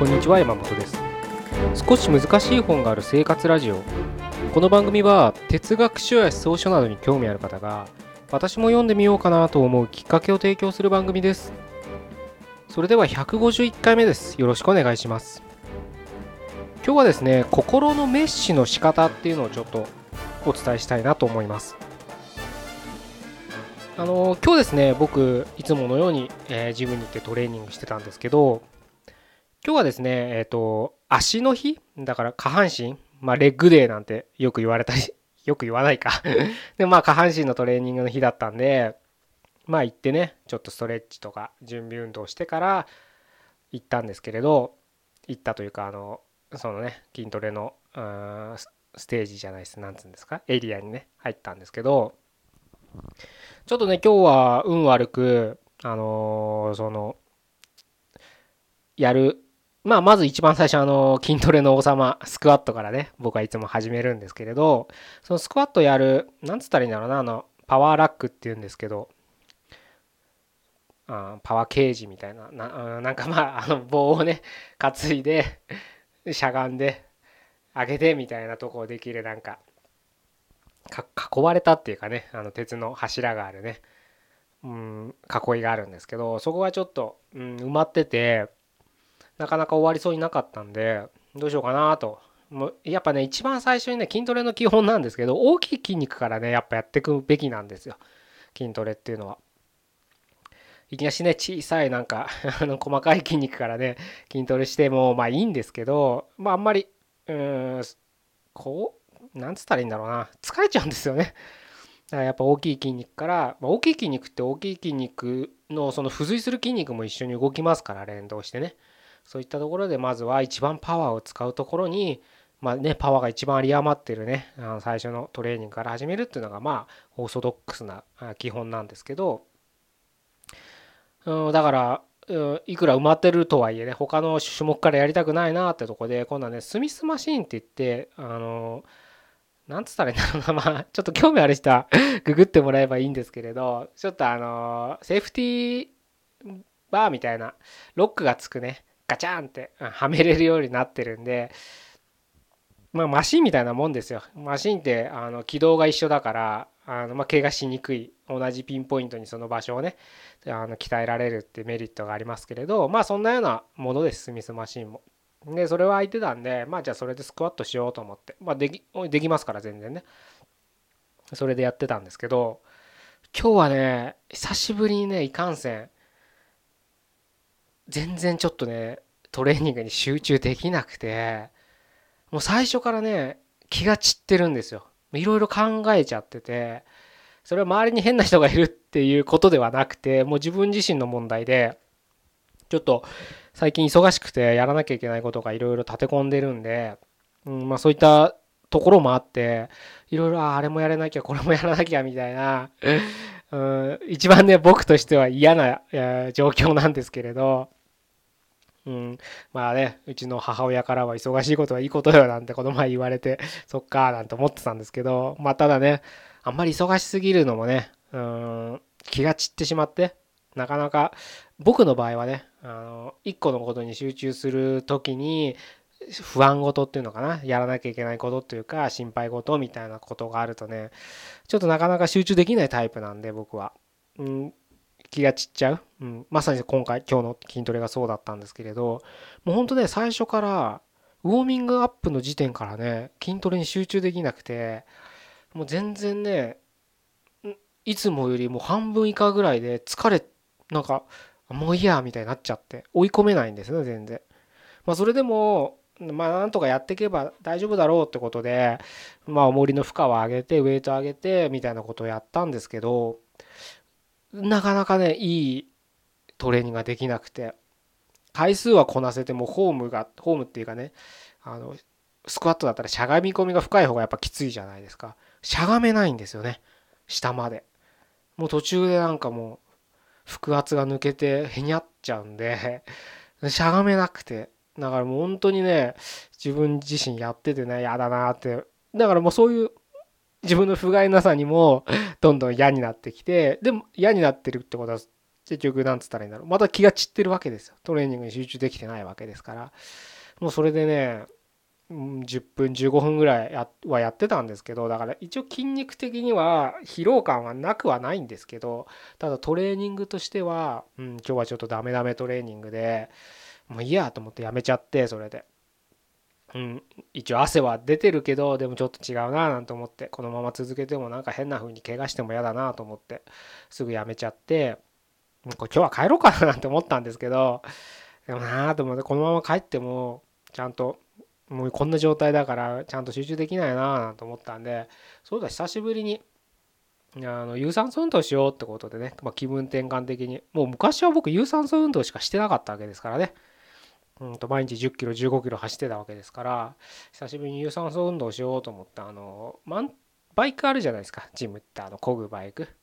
こんにちは、山本です。少し難しい本がある生活ラジオ。この番組は哲学書や思想書などに興味ある方が、私も読んでみようかなと思うきっかけを提供する番組です。それでは151回目です。よろしくお願いします。今日はですね、心のメッシュの仕方っていうのをちょっとお伝えしたいなと思います。今日ですね、僕いつものように、ジムに行ってトレーニングしてたんですけど、今日はですね、足の日だから下半身、レッグデーなんてよく言われたり、よく言わないかで、下半身のトレーニングの日だったんで、行ってね、ちょっとストレッチとか準備運動してから行ったんですけれど、行ったというか、そのね、筋トレの、ステージじゃないです、なんつうんですか、エリアにね、入ったんですけど、ちょっとね、今日は運悪く、やる、まず一番最初筋トレの王様、スクワットからね、僕はいつも始めるんですけれど、そのスクワットやる、なんつったらいいんだろうな、パワーラックっていうんですけど、パワーケージみたいな、なんか棒をね、担いで、しゃがんで、上げてみたいなとこをできる、なんか、囲われたっていうかね、鉄の柱があるね、囲いがあるんですけど、そこがちょっと、埋まってて、なかなか終わりそうになかったんで、どうしようかなと。もうやっぱね、一番最初にね、筋トレの基本なんですけど、大きい筋肉からね、やっぱやっていくべきなんですよ。筋トレっていうのは。いきなしね、小さいなんか細かい筋肉からね、筋トレしても、いいんですけど、あんまり、うーん、なんつったらいいんだろうな。疲れちゃうんですよね。だからやっぱ大きい筋肉から、大きい筋肉って大きい筋肉のその付随する筋肉も一緒に動きますから、連動してね。そういったところでまずは一番パワーを使うところに、パワーが一番有り余ってるね、最初のトレーニングから始めるっていうのがオーソドックスな基本なんですけど、だから、いくら埋まってるとはいえね、他の種目からやりたくないなってとこで、今度はね、スミスマシーンって言って、なんつったらいいんだろうな、ちょっと興味ある人はググってもらえばいいんですけれど、ちょっとセーフティーバーみたいな、ロックがつくね、ガチャンってはめれるようになってるんで、マシンみたいなもんですよ。マシンって軌道が一緒だから、怪我しにくい、同じピンポイントにその場所をね、鍛えられるってメリットがありますけれど、そんなようなものです、スミスマシンも。で、それは空いてたんで、じゃあそれでスクワットしようと思って、できますから全然ね。それでやってたんですけど、今日はね、久しぶりにね、いかんせん、全然ちょっとね、トレーニングに集中できなくて、もう最初からね、気が散ってるんですよ。いろいろ考えちゃってて、それは周りに変な人がいるっていうことではなくて、もう自分自身の問題で、ちょっと最近忙しくてやらなきゃいけないことがいろいろ立て込んでるんで、そういったところもあって、いろいろあれもやらなきゃこれもやらなきゃみたいな、一番ね僕としては嫌な状況なんですけれど、うちの母親からは忙しいことはいいことよなんてこの前言われて、そっかーなんて思ってたんですけど、ただね、あんまり忙しすぎるのもね、気が散ってしまって、なかなか僕の場合はね、一個のことに集中するときに、不安事っていうのかな、やらなきゃいけないことっていうか、心配事みたいなことがあるとね、ちょっとなかなか集中できないタイプなんで、僕は。気が散っちゃう、まさに今日の筋トレがそうだったんですけれど、もうほんとね、最初からウォーミングアップの時点からね、筋トレに集中できなくて、もう全然ね、いつもよりも半分以下ぐらいでなんかもういいやみたいになっちゃって追い込めないんですね、全然。それでもなんとかやっていけば大丈夫だろうってことで、重りの負荷を上げてウェイト上げてみたいなことをやったんですけど、なかなかね、いいトレーニングができなくて、回数はこなせてもホームっていうかね、あの、スクワットだったらしゃがみ込みが深い方がやっぱきついじゃないですか。しゃがめないんですよね。下まで。もう途中でなんかもう、腹圧が抜けてへにゃっちゃうんで、しゃがめなくて。だからもう本当にね、自分自身やっててね、やだなって。だからもうそういう自分の不甲斐なさにもどんどん嫌になってきて、でも嫌になってるってことは結局なんつったらいいんだろう、また気が散ってるわけですよ。トレーニングに集中できてないわけですから。もうそれでね、10分15分ぐらいやってたんですけど、だから一応筋肉的には疲労感はなくはないんですけど、ただトレーニングとしては、今日はちょっとダメダメトレーニングで、もういいやと思ってやめちゃって、それで。一応汗は出てるけど、でもちょっと違うななんて思って、このまま続けてもなんか変な風に怪我しても嫌だなと思ってすぐやめちゃって、これ今日は帰ろうかななんて思ったんですけど、でもなーと思って、このまま帰ってもちゃんともうこんな状態だからちゃんと集中できないななんて思ったんで、そうだ久しぶりに有酸素運動しようってことでね、気分転換的に、もう昔は僕有酸素運動しかしてなかったわけですからね、毎日10キロ15キロ走ってたわけですから、久しぶりに有酸素運動しようと思ってバイクあるじゃないですか、ジムって漕ぐバイク、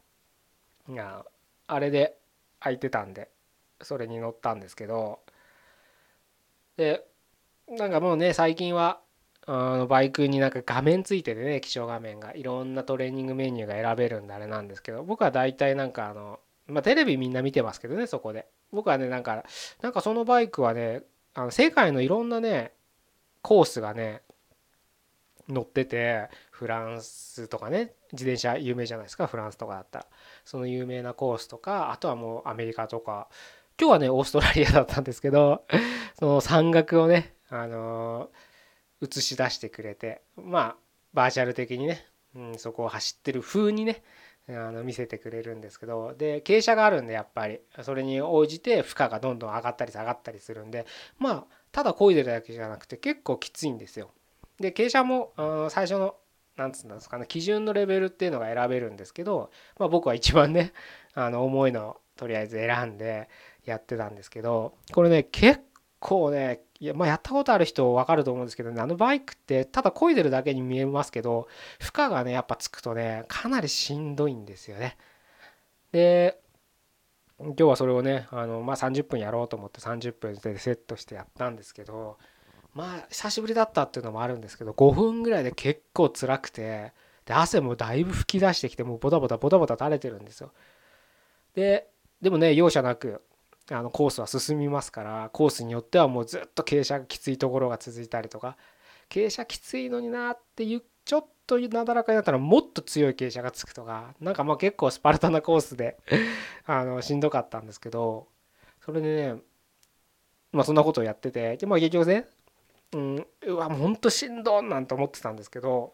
あれで空いてたんでそれに乗ったんですけど、でなんかもうね最近はバイクになんか画面ついててね、気象画面がいろんなトレーニングメニューが選べるんであれなんですけど、僕は大体なんかテレビみんな見てますけどね、そこで僕はねなんかそのバイクはね世界のいろんなねコースがね乗ってて、フランスとかね、自転車有名じゃないですか、フランスとかだったらその有名なコースとか、あとはもうアメリカとか、今日はねオーストラリアだったんですけど、その山岳をね映し出してくれて、バーチャル的にね、そこを走ってる風にね見せてくれるんですけど、で傾斜があるんで、やっぱりそれに応じて負荷がどんどん上がったり下がったりするんで、ただ漕いでるだけじゃなくて結構きついんですよ。で傾斜も最初のなんつうんですかね、基準のレベルっていうのが選べるんですけど、僕は一番ね重いのをとりあえず選んでやってたんですけど、これね結構ね、やったことある人分かると思うんですけどね、バイクってただ漕いでるだけに見えますけど、負荷がねやっぱつくとねかなりしんどいんですよね。で今日はそれをね30分やろうと思って30分でセットしてやったんですけど、久しぶりだったっていうのもあるんですけど、5分ぐらいで結構辛くて、で汗もだいぶ吹き出してきて、もうボタボタボタボタ垂れてるんですよ。でもね容赦なくコースは進みますから、コースによってはもうずっと傾斜がきついところが続いたりとか、傾斜きついのになっていうちょっとなだらかになったらもっと強い傾斜がつくとか、なんか結構スパルタなコースでしんどかったんですけど、それでねそんなことをやってて、で結局ね、うわもうほんとしんどんなんて思ってたんですけど、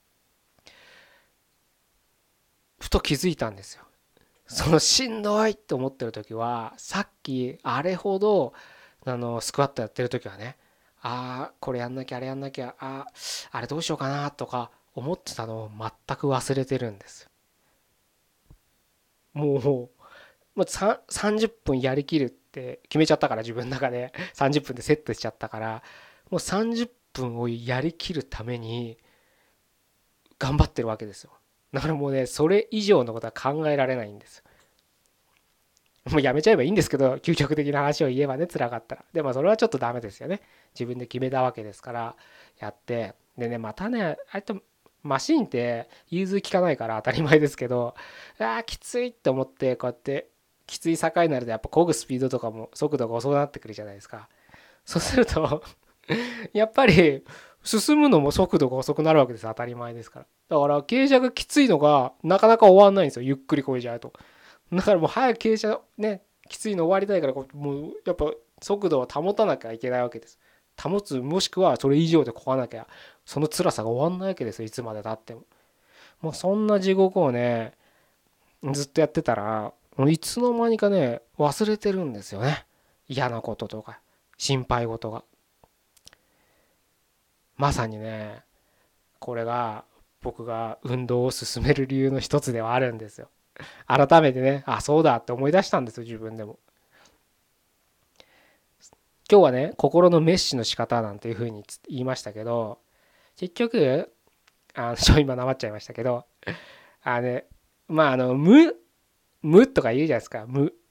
ふと気づいたんですよ。そのしんどいって思ってる時は、さっきあれほどスクワットやってる時はね、これやんなきゃあれやんなきゃ、あれどうしようかなとか思ってたのを全く忘れてるんです。もう30分やりきるって決めちゃったから、自分の中で30分でセットしちゃったから、もう30分をやりきるために頑張ってるわけですよ。だからもうねそれ以上のことは考えられないんです。もうやめちゃえばいいんですけど、究極的な話を言えばね、辛かったら。でもそれはちょっとダメですよね。自分で決めたわけですからやって、でねまたねあれとマシンって融通きかないから当たり前ですけど、きついって思ってこうやってきつい境になると、やっぱ漕ぐスピードとかも速度が遅くなってくるじゃないですか。そうするとやっぱり進むのも速度が遅くなるわけです。当たり前ですから。だから傾斜がきついのがなかなか終わんないんですよ、ゆっくり漕いじゃうと。だからもう早く傾斜ねきついの終わりたいから、もうやっぱ速度を保たなきゃいけないわけです。保つ、もしくはそれ以上で漕がなきゃその辛さが終わんないわけですよ、いつまでたっても。もうそんな地獄をねずっとやってたら、もういつの間にかね忘れてるんですよね、嫌なこととか心配事が。まさにねこれが僕が運動を進める理由の一つではあるんですよ。改めてね、そうだって思い出したんですよ、自分でも。今日はね心のメッシュの仕方なんていうふうに言いましたけど、結局今なまっちゃいましたけど、あのね無とか言うじゃないですか。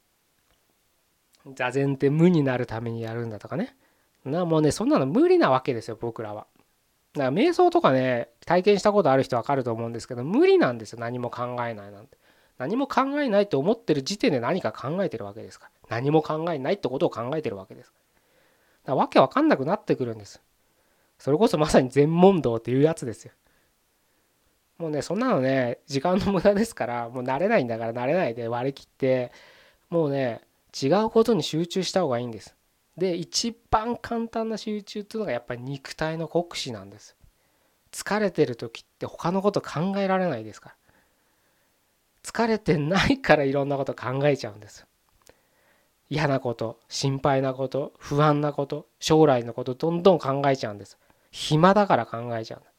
座禅って無になるためにやるんだとかね。もうねそんなの無理なわけですよ、僕らは。だから瞑想とかね体験したことある人わかると思うんですけど、無理なんですよ、何も考えないなんて。 何も考えないと思ってる時点で何か考えてるわけですから。何も考えないってことを考えてるわけです。だからわけわかんなくなってくるんです。それこそまさに全問答っていうやつですよ。もうね、そんなのね、時間の無駄ですから、もう慣れないんだから慣れないで割り切って、もうね、違うことに集中した方がいいんです。で、一番簡単な集中っていうのがやっぱり肉体の酷使なんです。疲れてる時って他のこと考えられないですから。疲れてないからいろんなこと考えちゃうんです。嫌なこと、心配なこと、不安なこと、将来のことどんどん考えちゃうんです。暇だから考えちゃう。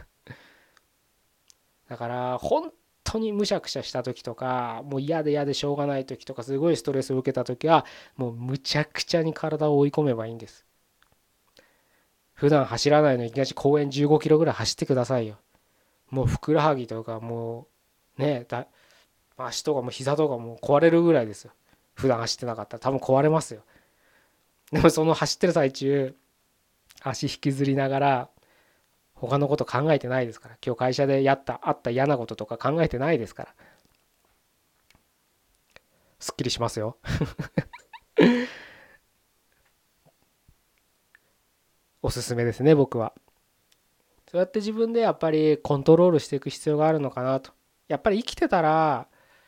だから本当にむしゃくしゃした時とか、もう嫌で嫌でしょうがない時とか、すごいストレスを受けた時はもうむちゃくちゃに体を追い込めばいいんです。普段走らないのにいきなり公園15キロぐらい走ってくださいよ。もうふくらはぎとかもうね、足とかも膝とかも壊れるぐらいですよ。普段走ってなかったら多分壊れますよ。でもその走ってる最中、足引きずりながら他のこと考えてないですから。今日会社であった嫌なこととか考えてないですから。すっきりしますよ。おすすめですね、僕は。そうやって自分でやっぱりコントロールしていく必要があるのかなと。やっぱり生きてたら、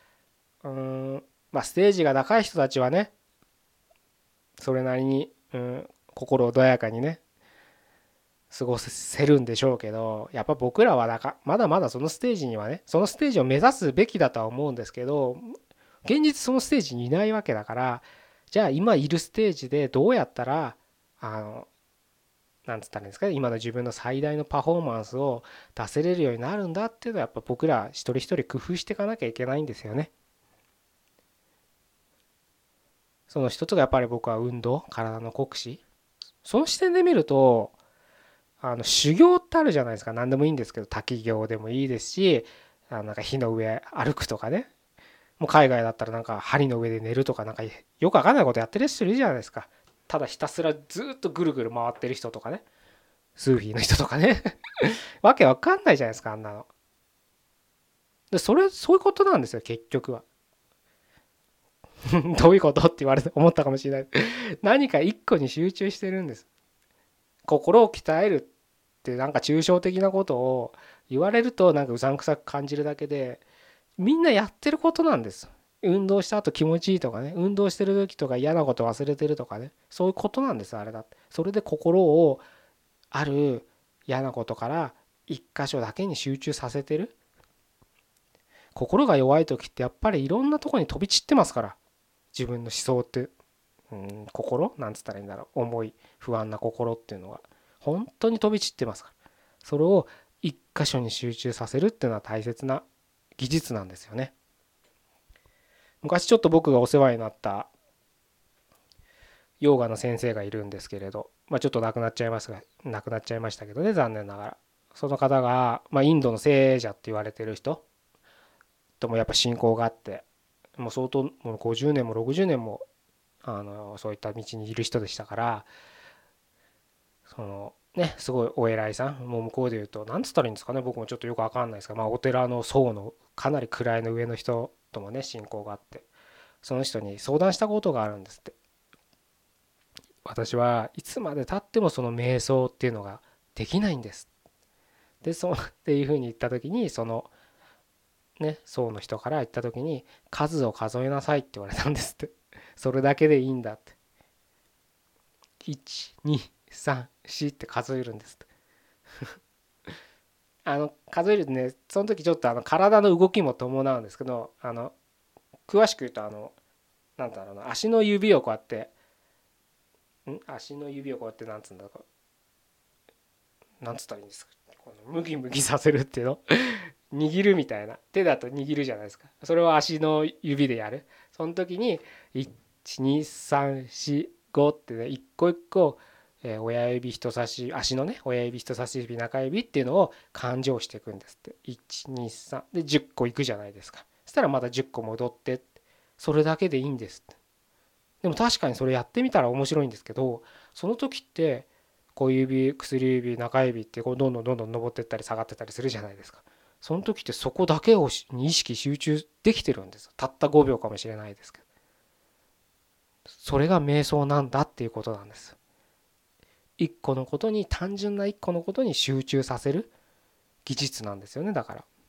ステージが高い人たちはね、それなりに、心穏やかにね、過ごせるんでしょうけど、やっぱ僕らはまだまだそのステージにはね、そのステージを目指すべきだとは思うんですけど、現実そのステージにいないわけだから、じゃあ今いるステージでどうやったら、あの、なんつったらいいんですかね、今の自分の最大のパフォーマンスを出せれるようになるんだっていうのは、やっぱ僕ら一人一人工夫していかなきゃいけないんですよね。その一つがやっぱり僕は運動、体の酷使。その視点で見ると、修行ってあるじゃないですか。何でもいいんですけど、滝行でもいいですし、なんか火の上歩くとかね。もう海外だったらなんか針の上で寝るとか、なんかよくわかんないことやってる人いるじゃないですか。ただひたすらずっとぐるぐる回ってる人とかね。スーフィーの人とかね。わけわかんないじゃないですか、あんなの。で、そういうことなんですよ、結局は。どういうことって言われて思ったかもしれない。何か一個に集中してるんです。心を鍛えるってなんか抽象的なことを言われるとなんかうさんくさく感じるだけで、みんなやってることなんです。運動した後気持ちいいとかね、運動してる時とか嫌なこと忘れてるとかね、そういうことなんです、あれだって。それで心をある嫌なことから一箇所だけに集中させてる。心が弱い時ってやっぱりいろんなとこに飛び散ってますから。自分の思想って、心なんつったらいいんだろう、重い不安な心っていうのが本当に飛び散ってますから。それを一箇所に集中させるっていうのは大切な技術なんですよね。昔ちょっと僕がお世話になったヨーガの先生がいるんですけれど、ちょっと亡くなっちゃいましたけどね、残念ながら。その方が、インドの聖者って言われてる人ともやっぱ信仰があって、もう相当もう50年も60年もそういった道にいる人でしたから、そのね、すごいお偉いさん、もう向こうで言うと何つったらいいんですかね、僕もちょっとよく分かんないですが、お寺の僧のかなり位の上の人ともね信仰があって、その人に相談したことがあるんですって。私はいつまでたってもその瞑想っていうのができないんです。でそうっていうふうに言った時に、そのね僧の人から言った時に、数を数えなさいって言われたんですって。それだけでいいんだって。123って数えるんですって。数えるとね、その時ちょっと体の動きも伴うんですけど、詳しく言うとなんだろうな、足の指をこうやって足の指をこうやって、なんつうんだろう、なんつったらいいんですか、このムキムキさせるっていうの握るみたいな、手だと握るじゃないですか。それを足の指でやる。その時に12345ってね、一個一個親指人差し足のね、親指人差し指中指っていうのを勘定していくんですって。123で10個いくじゃないですか。そしたらまた10個戻って、それだけでいいんですって。でも確かにそれやってみたら面白いんですけど、その時って小指薬指中指ってこうどんどんどんどん上ってったり下がってったりするじゃないですか。 その時ってそこだけに意識集中できてるんです。たった5秒かもしれないですけど、それが瞑想なんだっていうことなんです。一個のことに、単純な一個のことに集中させる技術なんですよね。だ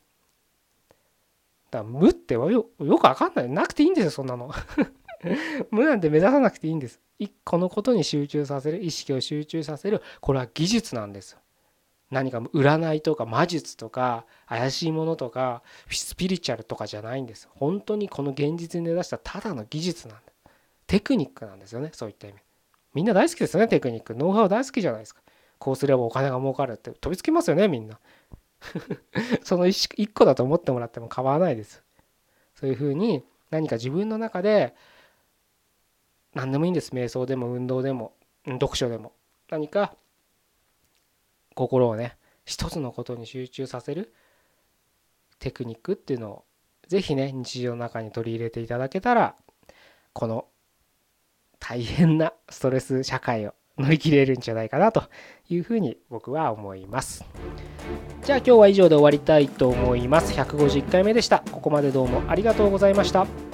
から無ってよく分かんない、なくていいんですよ、そんなの。無なんて目指さなくていいんです。一個のことに集中させる、意識を集中させる、これは技術なんです。何か占いとか魔術とか怪しいものとかスピリチュアルとかじゃないんです。本当にこの現実に根ざしたただの技術なんだ。テクニックなんですよね。そういった意味。みんな大好きですよね、テクニック。ノウハウ大好きじゃないですか。こうすればお金が儲かるって飛びつきますよね、みんな。その一個だと思ってもらっても構わないです。そういうふうに何か自分の中で、何でもいいんです。瞑想でも運動でも読書でも、何か心をね、一つのことに集中させるテクニックっていうのをぜひね、日常の中に取り入れていただけたら、この大変なストレス社会を乗り切れるんじゃないかなというふうに僕は思います。じゃあ今日は以上で終わりたいと思います。151回目でした。ここまでどうもありがとうございました。